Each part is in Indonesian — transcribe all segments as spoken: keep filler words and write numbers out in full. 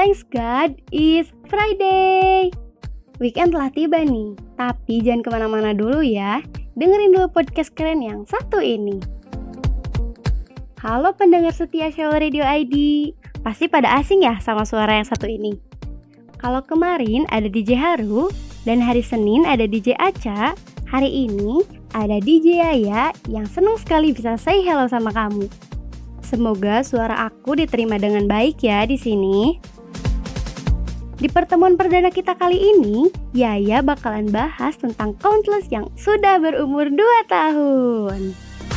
thanks God, it's Friday. Weekend telah tiba nih, tapi jangan kemana-mana dulu ya. Dengerin dulu podcast keren yang satu ini. Halo pendengar setia Show Radio I D, pasti pada asing ya sama suara yang satu ini. Kalau kemarin ada D J Haru, dan hari Senin ada D J Aca, hari ini ada D J Yaya yang senang sekali bisa say hello sama kamu. Semoga suara aku diterima dengan baik ya di sini. Di pertemuan perdana kita kali ini, Yaya bakalan bahas tentang Countless yang sudah berumur dua tahun.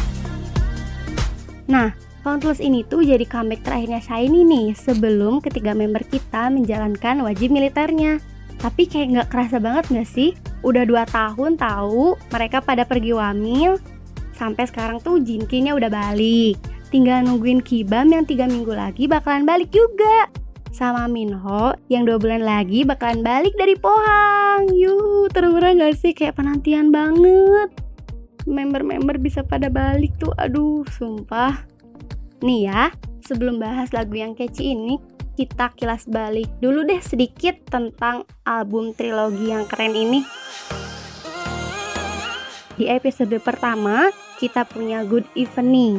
Nah, Countless ini tuh jadi comeback terakhirnya Shiny nih sebelum ketiga member kita menjalankan wajib militernya. Tapi kayak gak kerasa banget gak sih? Udah dua tahun tahu mereka pada pergi wamil. Sampai sekarang tuh Jinki-nya udah balik. Tinggal nungguin Kibam yang tiga minggu lagi bakalan balik juga. Sama Minho yang dua bulan lagi bakalan balik dari Pohang. Yuhu, terurah gak sih? Kayak penantian banget. Member-member bisa pada balik tuh, aduh sumpah. Nih ya, sebelum bahas lagu yang catchy ini, kita kilas balik dulu deh sedikit tentang album trilogi yang keren ini. Di episode pertama, kita punya Good Evening.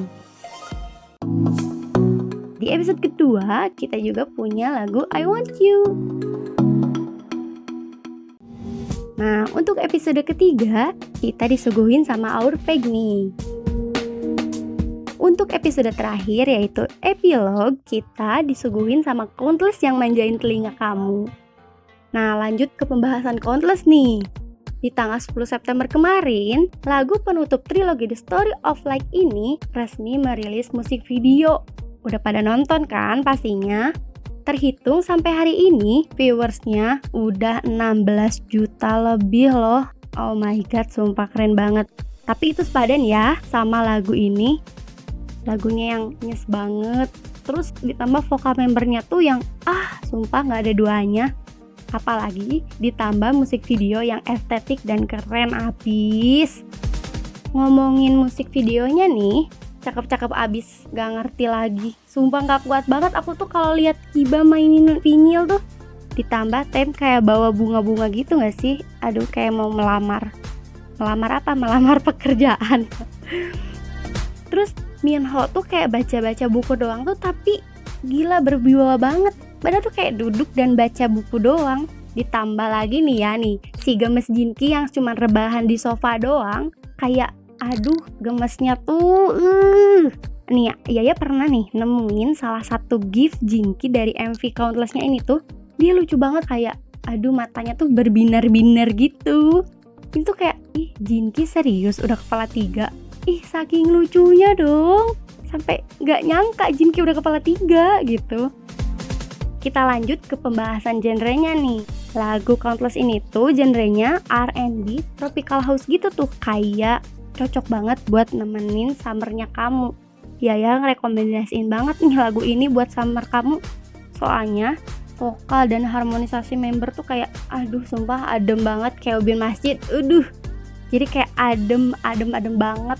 Di episode kedua, kita juga punya lagu I Want You. Nah, untuk episode ketiga, kita disuguhin sama Our Peg nih. Untuk episode terakhir, yaitu epilog, kita disuguhin sama Countless yang manjain telinga kamu. Nah, lanjut ke pembahasan Countless nih. Di tanggal sepuluh September kemarin, lagu penutup trilogi The Story of Light ini resmi merilis musik video. Udah pada nonton kan pastinya? Terhitung sampai hari ini, viewersnya udah enam belas juta lebih loh. Oh my god, sumpah keren banget. Tapi itu sepadan ya sama lagu ini. Lagunya yang nyes banget. Terus ditambah vokal membernya tuh yang ah, sumpah gak ada duanya. Apalagi ditambah musik video yang estetik dan keren abis. Ngomongin musik videonya nih, cakep-cakep abis, gak ngerti lagi. Sumpah gak kuat banget aku tuh kalau lihat Kiba mainin vinyl tuh. Ditambah tem kayak bawa bunga-bunga gitu gak sih? Aduh, kayak mau melamar. Melamar apa? Melamar pekerjaan. Terus Minho tuh kayak baca-baca buku doang tuh, tapi gila berwibawa banget. Padahal tuh kayak duduk dan baca buku doang. Ditambah lagi nih ya nih, si gemes Jinki yang cuma rebahan di sofa doang, kayak aduh gemesnya tuh. Uh. Nih ya, Yaya pernah nih nemuin salah satu gif Jinki dari M V Countless-nya ini tuh. Dia lucu banget, kayak aduh matanya tuh berbinar-binar gitu. Itu kayak ih Jinki serius udah kepala tiga. Ih saking lucunya dong. Sampai gak nyangka Jinki udah kepala tiga gitu. Kita lanjut ke pembahasan genrenya nih. Lagu Countless ini tuh genrenya R and B tropical house gitu tuh, kayak cocok banget buat nemenin summernya kamu. Yaya ngerekomendasiin banget nih lagu ini buat summer kamu. Soalnya vokal dan harmonisasi member tuh kayak aduh sumpah adem banget, kayak ubin masjid. Aduh. Jadi kayak adem, adem, adem banget.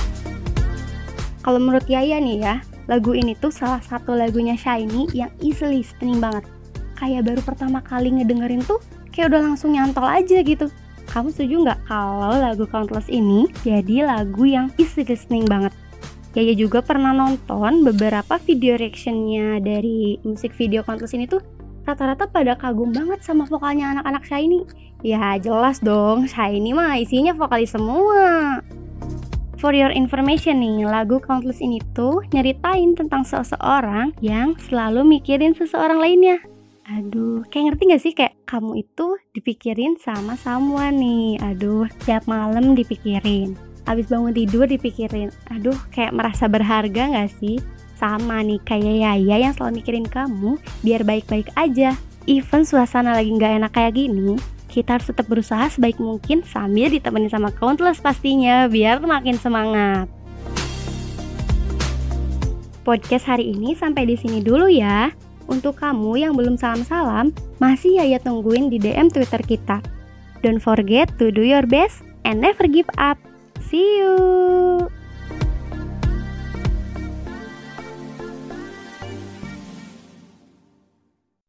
Kalau menurut Yaya nih ya, lagu ini tuh salah satu lagunya Shiny yang easy listening banget. Kayak baru pertama kali ngedengerin tuh kayak udah langsung nyantol aja gitu. Kamu setuju nggak kalau lagu Countless ini jadi lagu yang easy listening banget? Yaya juga pernah nonton beberapa video reactionnya dari musik video Countless ini tuh, rata-rata pada kagum banget sama vokalnya anak-anak Shiny. Ya jelas dong, Shiny mah isinya vokalis semua. For your information nih, lagu Countless ini tuh nyeritain tentang seseorang yang selalu mikirin seseorang lainnya. Aduh, kayak ngerti gak sih kayak kamu itu dipikirin sama someone nih. Aduh, tiap malam dipikirin, abis bangun tidur dipikirin. Aduh, kayak merasa berharga gak sih? Sama nih kayak Yaya yang selalu mikirin kamu biar baik-baik aja. Even suasana lagi gak enak kayak gini, kita harus tetap berusaha sebaik mungkin sambil ditemenin sama Countless pastinya biar makin semangat. Podcast hari ini sampai di sini dulu ya. Untuk kamu yang belum salam-salam, masih Yaya tungguin di D M Twitter kita. Don't forget to do your best and never give up. See you.